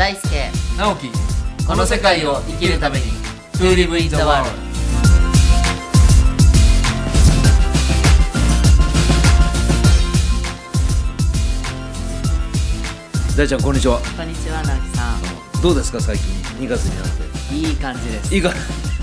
大輔直樹、 この世界を生きるために To live in the world。 大ちゃんこんにちは。 こんにちは、直樹さん。 どうですか最近2月になっていい感じです。 いいか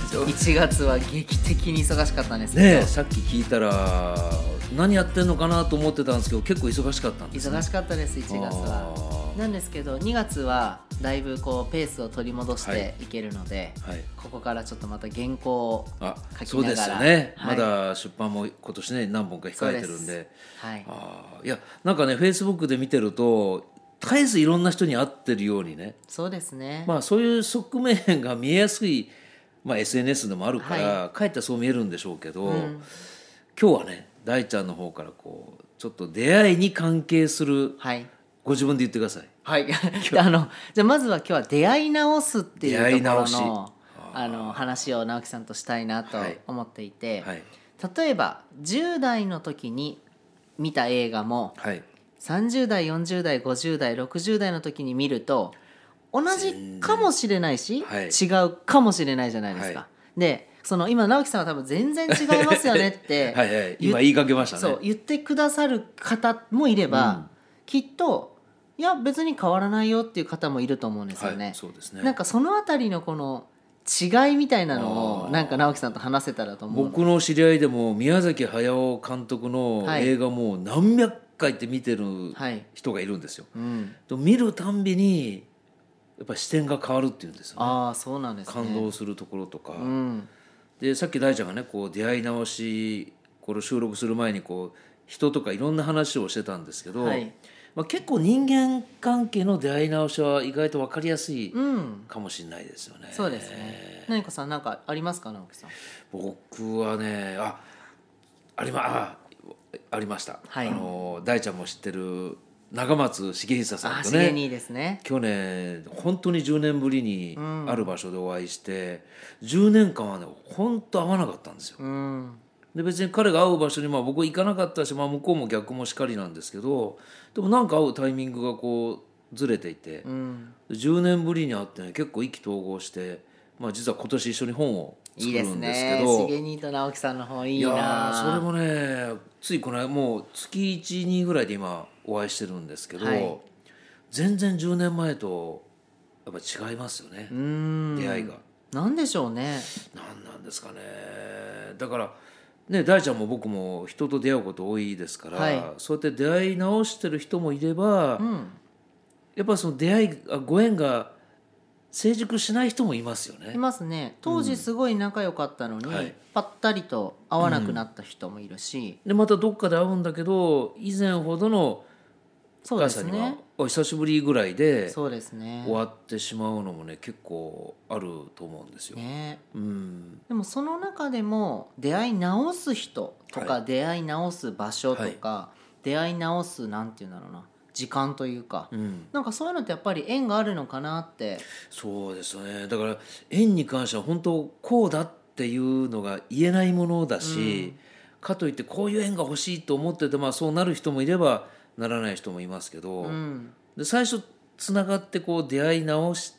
1月は劇的に忙しかったんですけど、 ねえ、さっき聞いたら何やってんのかなと思ってたんですけど結構忙しかったんですね。 忙しかったです1月は。なんですけど2月はだいぶこうペースを取り戻していけるので、 はい、 ここからちょっとまた原稿を書きながら。 そうですよね、 はい、 まだ出版も今年ね何本か控えてるんで、 はい、 いやなんかねフェイスブックで見てると絶えずいろんな人に会ってるようにね。 そうですね、 そういう側面が見えやすい、SNS でもあるから、 はかえってそう見えるんでしょうけど、 うん、 今日はね大ちゃんの方からこうちょっと出会いに関係する、 はい、 ご自分で言ってください。 はい、じゃあまずは今日は出会い直すっていうところの話を直樹さんとしたいなと思っていて、 はい、 例えば10代の時に見た映画も、 はい、 30代40代50代60代の時に見ると同じかもしれないし、 はい、 違うかもしれないじゃないですか、はい、で今直樹さんは多分全然違いますよねってはい、はい、今言いかけましたね。 そう言ってくださる方もいれば、きっといや別に変わらないよっていう方もいると思うんですよね、 はい、そうですね。 なんかそのあたりのこの違いみたいなのをなんか直樹さんと話せたらと思う。 僕の知り合いでも宮崎駿監督の映画も何百回って見てる人がいるんですよ、見るたんびにやっぱり視点が変わるっていうんですよね。 ああ、そうなんですね。 感動するところとか、でさっき大ちゃんがねこう出会い直しこれを収録する前にこう人とかいろんな話をしてたんですけど、はい、結構人間関係の出会い直しは意外と分かりやすいかもしれないですよね、 そうですね。何かさん何かありますか、直樹さん。 僕はねありました、はい、大ちゃんも知ってる長松茂久さんとね、 ですね、 去年本当に10年ぶりにある場所でお会いして、10年間はね本当会わなかったんですよ、で別に彼が会う場所に僕行かなかったし、向こうも逆もしかりなんですけど、でもなんか会うタイミングがこうずれていて、10年ぶりに会ってね結構意気投合して、実は今年一緒に本を作るんですけど、 いいですね、茂兄と直樹さんの本いいな。 いやそれもねついこのもう月 1,2 ぐらいで今お会いしてるんですけど、はい、全然10年前とやっぱ違いますよね、出会いが。 なんでしょうね。 なんですかね。だからね、大ちゃんも僕も人と出会うこと多いですから、はい、そうやって出会い直してる人もいれば、やっぱその出会いご縁が成熟しない人もいますよね。 いますね。当時すごい仲良かったのに、パッタリと会わなくなった人もいるし、 でまたどっかで会うんだけど以前ほどの深さにはお久しぶりぐらいで終わってしまうのもね結構あると思うんですよ、 でもその中でも出会い直す人とか、出会い直す場所とか、出会い直すなんていうんだろうな、時間というか、なんかそういうのってやっぱり縁があるのかなって。 そうですね。だから縁に関しては本当こうだっていうのが言えないものだし、かといってこういう縁が欲しいと思ってて、そうなる人もいればならない人もいますけど、で最初つながってこう出会い直して、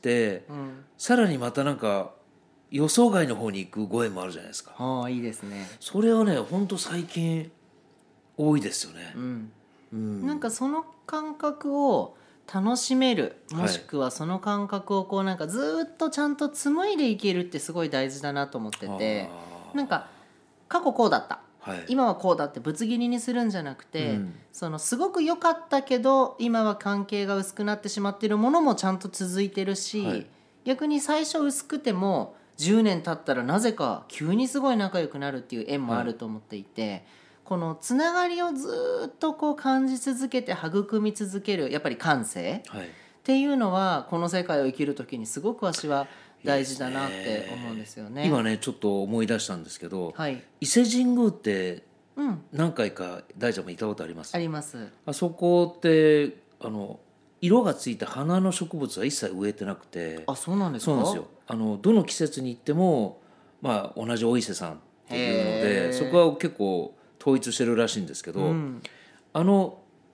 さらにまたなんか予想外の方に行くご縁もあるじゃないですか。 いいですね。 それはね本当最近多いですよね、 なんかその感覚を楽しめる、もしくはその感覚をこうなんかずっとちゃんと紡いでいけるってすごい大事だなと思ってて、なんか過去こうだった、今はこうだってぶつ切りにするんじゃなくて、すごく良かったけど今は関係が薄くなってしまっているものもちゃんと続いてるし、逆に最初薄くても10年経ったらなぜか急にすごい仲良くなるっていう縁もあると思っていて、このつながりをずっとこう感じ続けて育み続けるやっぱり感性、っていうのはこの世界を生きる時にすごく私は大事だなって思うんですよね。 今ねちょっと思い出したんですけど、伊勢神宮って何回か大ちゃんも行ったことあります？ あります。 あそこって色がついた花の植物は一切植えてなくて。 あ、そうなんですか？ そうなんですよ。どの季節に行っても、同じお伊勢さんっていうのでそこは結構統一してるらしいんですけど、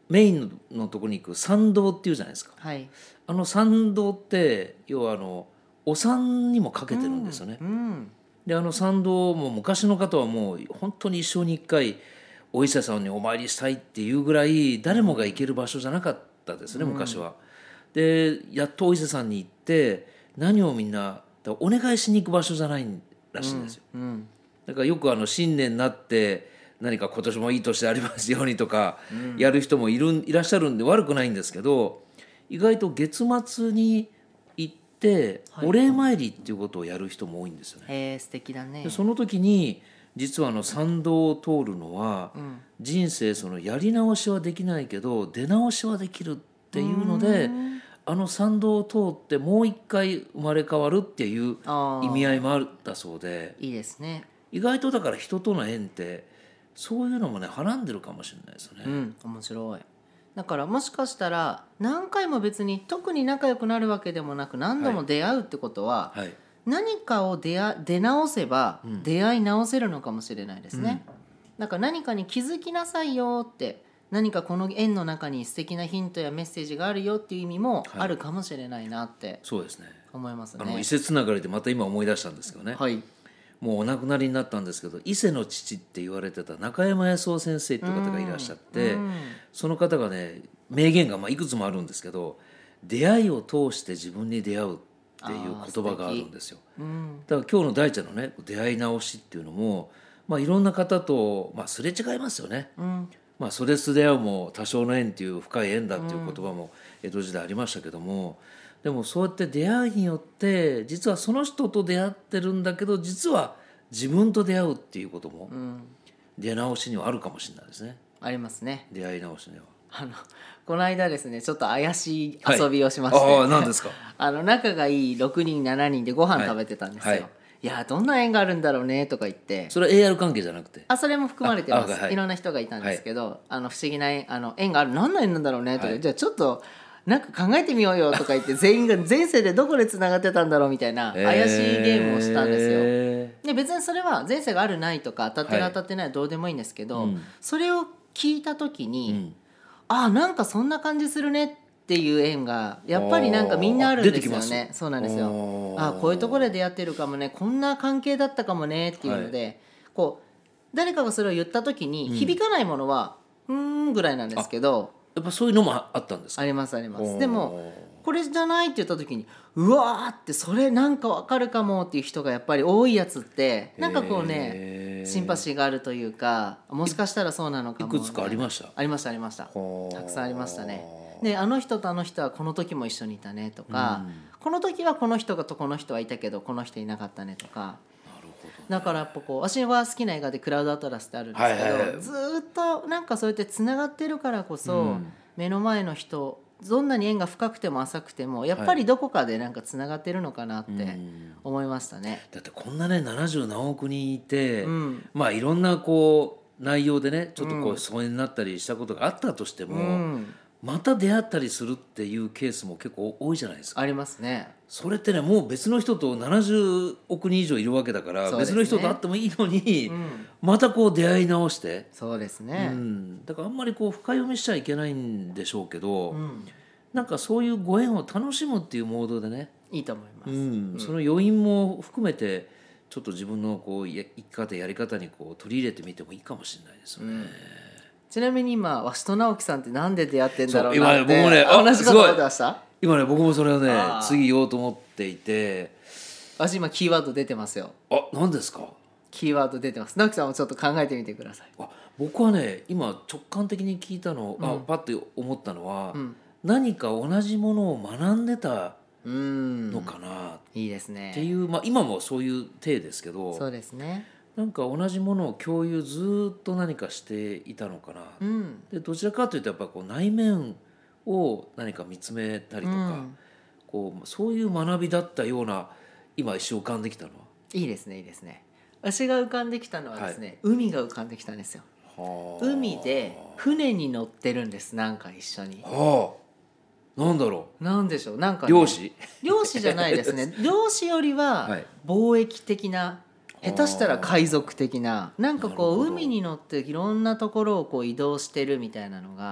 メインのところに行く参道っていうじゃないですか。 はい、 参道って要はお産にもかけてるんですよね。で参道も昔の方はもう本当に一生に一回お医者さんにお参りしたいっていうぐらい誰もが行ける場所じゃなかったですね、昔は。でやっとお医者さんに行って何をみんなお願いしに行く場所じゃないらしいんですよ。だからよく新年になって何か今年もいい年でありますようにとかやる人もいらっしゃるんで悪くないんですけど、意外と月末に行ってお礼参りっていうことをやる人も多いんですよね。 素敵だね。 でその時に実は参道を通るのは、人生やり直しはできないけど出直しはできるっていうので、参道を通ってもう一回生まれ変わるっていう意味合いもあったそうで、 いいですね。 意外とだから人との縁ってそういうのもねはらんでるかもしれないですよね。 面白い。だからもしかしたら何回も別に特に仲良くなるわけでもなく何度も出会うってことは、何かを出直せば出会い直せるのかもしれないですね。だから何かに気づきなさいよって、何かこの縁の中に素敵なヒントやメッセージがあるよっていう意味もあるかもしれないなってそうですね、 思いますね。 伊勢つながりでまた今思い出したんですけどね、もうお亡くなりになったんですけど、伊勢の父って言われてた中山康夫先生っていう方がいらっしゃって、その方がね名言がいくつもあるんですけど、出会いを通して自分に出会うっていう言葉があるんですよ。だから今日の大ちゃんのね出会い直しっていうのも、いろんな方と、すれ違いますよね。それすれ合うも多少の縁っていう深い縁だっていう言葉も江戸時代ありましたけども、でもそうやって出会いによって実はその人と出会ってるんだけど実は自分と出会うっていうことも出直しにはあるかもしれないですね。 ありますね。 出会い直しにはこの間ですねちょっと怪しい遊びをしまして、 何ですか？ 仲がいい6人7人でご飯食べてたんですよ。いやどんな縁があるんだろうねとか言って、 それは AR 関係じゃなくてそれも含まれてます。いろんな人がいたんですけど、不思議な縁がある、何の縁なんだろうねとか、じゃあちょっとなんか考えてみようよとか言って全員が前世でどこでつながってたんだろうみたいな怪しいゲームをしたんですよ。で別にそれは前世があるないとか当たってる当たってないはどうでもいいんですけど、それを聞いた時に、なんかそんな感じするねっていう縁がやっぱりなんかみんなあるんですよね。そうなんですよ。こういうところで出会ってるかもね、こんな関係だったかもねっていうので、こう誰かがそれを言った時に響かないものはぐらいなんですけど、 やっぱそういうのもあったんですか？ ありますあります。でもこれじゃないって言った時にうわーってそれなんか分かるかもっていう人がやっぱり多いやつってなんかこうねシンパシーがあるというか、もしかしたらそうなのかも。 いくつかありました？ ありましたありました。たくさんありましたね。であの人とあの人はこの時も一緒にいたねとか、この時はこの人とこの人はいたけどこの人いなかったねとか。だからやっぱこう私が好きな映画でクラウドアトラスってあるんですけど、ずっとなんかそうやってつながってるからこそ、目の前の人どんなに縁が深くても浅くてもやっぱりどこかでなんかつながってるのかなって思いましたね。 だってこんなね70何億人いて、いろんなこう内容でねちょっとこう疎遠になったりしたことがあったとしても、また出会ったりするっていうケースも結構多いじゃないですか。 ありますね。 それってねもう別の人と70億人以上いるわけだから、別の人と会ってもいいのに、またこう出会い直して。 そうですね、 だからあんまりこう深読みしちゃいけないんでしょうけど、なんかそういうご縁を楽しむっていうモードでねいいと思います、 その余韻も含めてちょっと自分のこう生き方やり方にこう取り入れてみてもいいかもしれないですよね。 ちなみに今わしと直樹さんってなんで出会ってんだろうなって今僕もね同じこと思ってました。 今ね僕もそれをね次言おうと思っていて、 私今キーワード出てますよ。 何ですか？ キーワード出てます。直樹さんもちょっと考えてみてください。 僕はね今直感的に聞いたの、パッと思ったのは、何か同じものを学んでたのかな、 いいですねっていう、今もそういう体ですけど、 そうですね、 なんか同じものを共有ずっと何かしていたのかな、でどちらかというとやっぱこう内面を何か見つめたりとか、こうそういう学びだったような今一瞬浮かんできたのは。 いいですねいいですね。私が浮かんできたのはですね、海が浮かんできたんですよ。海で船に乗ってるんです、なんか一緒に。 なんだろう、 なんでしょう、なんか、 漁師じゃないですね漁師よりは貿易的な、下手したら海賊的な、なんかこう海に乗っていろんなところをこう移動してるみたいなのが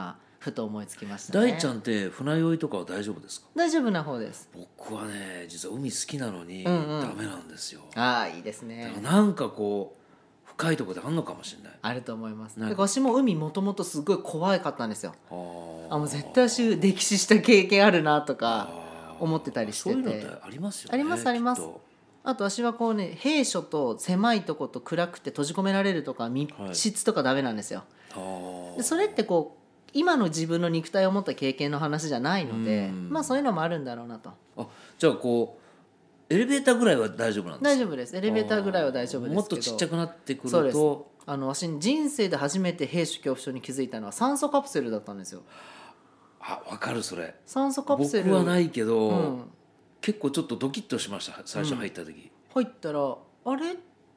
ふと思いつきましたね。 大ちゃんって船酔いとかは大丈夫ですか？ 大丈夫な方です。 僕はね実は海好きなのにダメなんですよ。 ああいいですだね。 からなんかこう深いところであんのかもしれない。 あると思います。 なんか私も海もともとすごい怖かったんですよ。 あもう絶対私溺死した経験あるなとか思ってたりしてて。 そういうのってありますよね。 ありますありますきっとあと私はこうね閉所と狭いとこと暗くて閉じ込められるとか密室とかダメなんですよ。でそれってこう今の自分の肉体を持った経験の話じゃないので、まあそういうのもあるんだろうなと。 じゃあこうエレベーターぐらいは大丈夫なんですか？ 大丈夫です。エレベーターぐらいは大丈夫ですけど、 もっとちっちゃくなってくるそうです。 と私人生で初めて閉所恐怖症に気づいたのは酸素カプセルだったんですよ。 分かるそれ。 酸素カプセル僕はないけど、結構ちょっとドキッとしました最初入った時、 入ったらあれ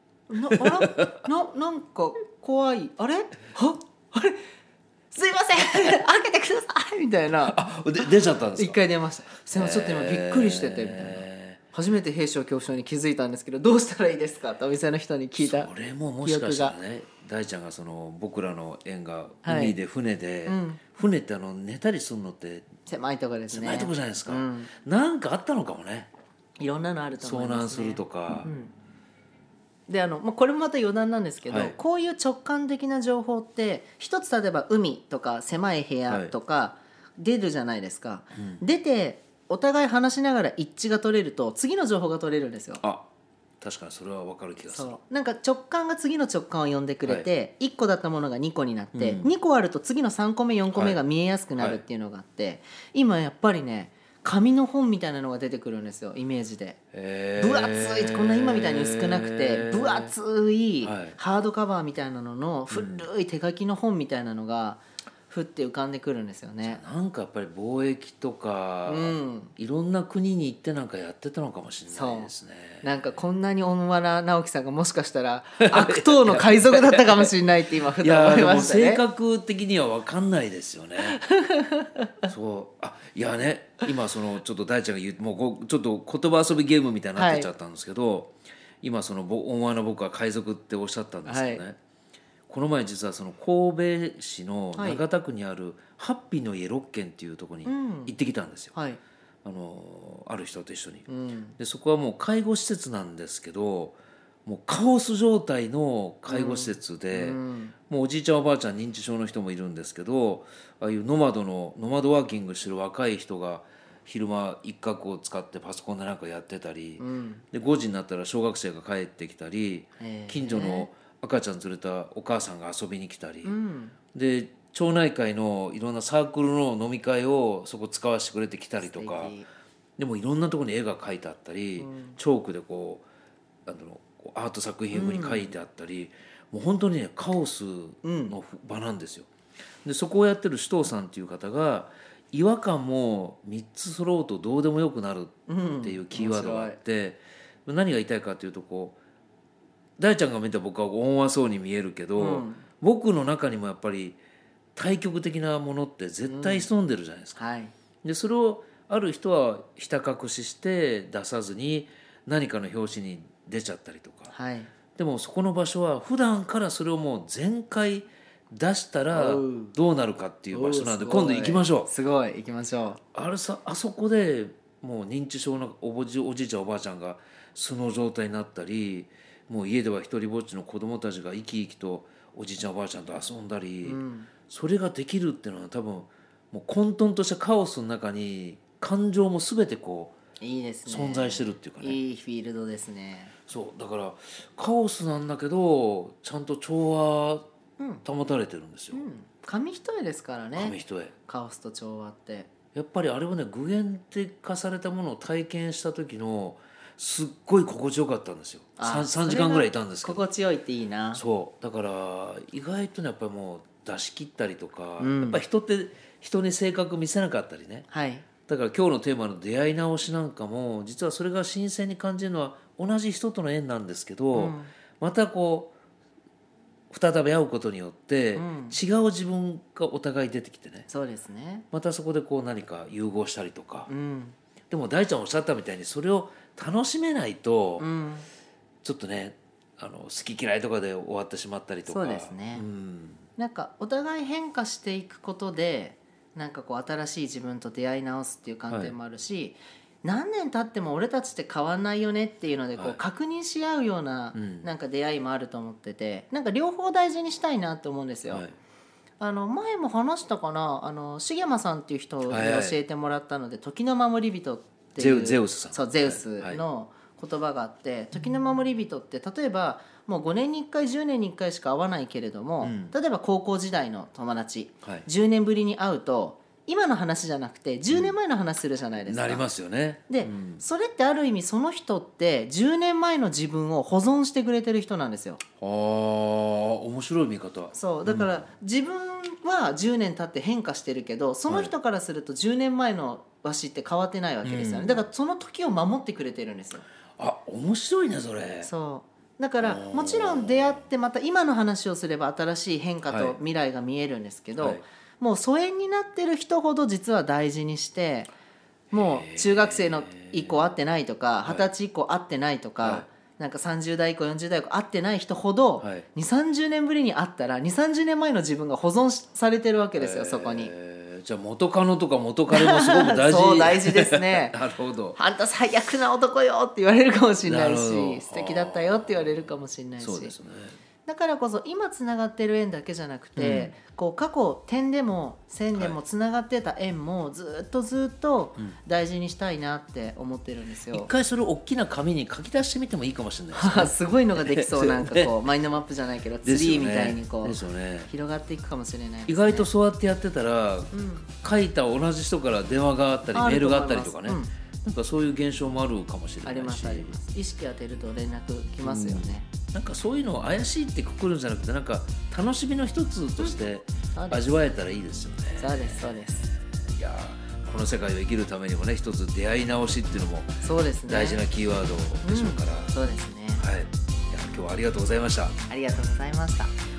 なんか怖いあれすいません開けてくださいみたいな。 出ちゃったんですか？ 一回出ました。すいませんちょっと今びっくりしててみたいな、初めて閉所恐怖症に気づいたんですけどどうしたらいいですかってお店の人に聞いた。 それももしかしたらね大ちゃんがその僕らの縁が海で船で、船って寝たりするのって狭いとこですね。 狭いとこじゃないですか、なんかあったのかもね。 いろんなのあると思いますね。 遭難するとか、 でこれもまた余談なんですけど、こういう直感的な情報って一つ例えば海とか狭い部屋とか出るじゃないですか、出てお互い話しながら一致が取れると次の情報が取れるんですよ。 確かにそれは分かる気がする。 なんか直感が次の直感を呼んでくれて、1個だったものが2個になって、2個あると次の3個目4個目が見えやすくなるっていうのがあって、今やっぱりね紙の本みたいなのが出てくるんですよイメージで。分厚いこんな今みたいに薄くなくて分厚いハードカバーみたいなのの古い手書きの本みたいなのがふって浮かんでくるんですよね。 なんかやっぱり貿易とか、いろんな国に行ってなんかやってたのかもしれないですね。 なんかこんなに小野原直樹さんがもしかしたら悪党の海賊だったかもしれないって今ふと思いましたね。 いやでも性格的には分かんないですよねそういやね今ちょっと大ちゃんが言うもうちょっと言葉遊びゲームみたいになってっちゃったんですけど、今大前の僕は海賊っておっしゃったんですよね、この前実は神戸市の長田区にあるハッピーの家6軒っていうところに行ってきたんですよ、ある人と一緒に、でそこはもう介護施設なんですけどもうカオス状態の介護施設で、もうおじいちゃんおばあちゃん認知症の人もいるんですけどああいうノマドワーキングしてる若い人が昼間一角を使ってパソコンでなんかやってたり、で5時になったら小学生が帰ってきたり、近所の赤ちゃん連れたお母さんが遊びに来たり、で町内会のいろんなサークルの飲み会をそこ使わせてくれて来たりとか、でもいろんなところに絵が描いてあったり、チョークでこうアート作品風に描いてあったり、もう本当にねカオスの場なんですよ。でそこをやってる首藤さんっていう方が違和感も3つ揃うとどうでもよくなるっていうキーワードがあって、何が言いたいかというと大ちゃんが見た僕は温和そうに見えるけど、僕の中にもやっぱり対極的なものって絶対潜んでるじゃないですか、でそれをある人はひた隠しして出さずに何かの表紙に出ちゃったりとか、でもそこの場所は普段からそれをもう全開出したらどうなるかっていう場所なんで今度行きましょう。 すごい行きましょう。 あそこでもう認知症のおじいちゃんおばあちゃんが素の状態になったり、もう家では一人ぼっちの子供たちが生き生きとおじいちゃんおばあちゃんと遊んだり、それができるっていうのは多分もう混沌としたカオスの中に感情も全ていいですね、 存在してるっていうかね、 いいフィールドですね。 そうだからカオスなんだけどちゃんと調和保たれてるんですよ、 紙一重ですからね。 紙一重カオスと調和ってやっぱりあれはね具現化されたものを体験した時のすっごい心地よかったんですよ。 3時間ぐらいいたんですけど心地よいっていいな。 そうだから意外とねやっぱりもう出し切ったりとか、やっぱり人って人に性格見せなかったりね、だから今日のテーマの出会い直しなんかも実はそれが新鮮に感じるのは同じ人との縁なんですけど、また再び会うことによって違う自分がお互い出てきてね、 そうですね、 またそこで何か融合したりとか、でも大ちゃんおっしゃったみたいにそれを楽しめないと、ちょっとね好き嫌いとかで終わってしまったりとか。 そうですね、なんかお互い変化していくことでなんかこう新しい自分と出会い直すっていう観点もあるし、何年経っても俺たちって変わんないよねっていうのでこう確認し合うようななんか出会いもあると思ってて、なんか両方大事にしたいなって思うんですよ。前も話したかな、重山さんっていう人に教えてもらったので、時の守り人っていうゼウスさん、 そうゼウスの言葉があって、時の守り人って例えばもう5年に1回10年に1回しか会わないけれども、例えば高校時代の友達、10年ぶりに会うと今の話じゃなくて10年前の話するじゃないですか、 なりますよね。 で、それってある意味その人って10年前の自分を保存してくれてる人なんですよ。 面白い見方。 そうだから、自分は10年経って変化してるけど、その人からすると10年前のわしって変わってないわけですよね、だからその時を守ってくれてるんですよ。 面白いねそれ。 そうだからもちろん出会ってまた今の話をすれば新しい変化と未来が見えるんですけど、もう疎遠になってる人ほど実は大事にして、もう中学生の以降会ってないとか20歳以降会ってないとか、なんか30代以降40代以降会ってない人ほど、2、30年ぶりに会ったら2、30年前の自分が保存されてるわけですよ、そこに。 じゃあ元カノとか元カレもすごく大事そう大事ですねなるほど。 あんた最悪な男よって言われるかもしれないし、素敵だったよって言われるかもしれないし、 そうですね。 だからこそ今つながってる縁だけじゃなくて、こう過去点でも線でもつながってた縁もずっと大事にしたいなって思ってるんですよ。 一回それを大きな紙に書き出してみてもいいかもしれないですねすごいのができそうなんかこうマインドマップじゃないけどツリーみたいにこう広がっていくかもしれないですね。 意外とそうやってやってたら、書いた同じ人から電話があったりメールがあったりとかね、なんかそういう現象もあるかもしれないし。 ありますあります。意識当てると連絡来ますよね、 なんかそういうのを怪しいってくくるんじゃなくて、なんか楽しみの一つとして味わえたらいいですよね。 そうですそうです。 いやこの世界を生きるためにもね、一つ出会い直しっていうのも大事なキーワードでしょうから。 そうですね。 はい。いや今日はありがとうございました。 ありがとうございました。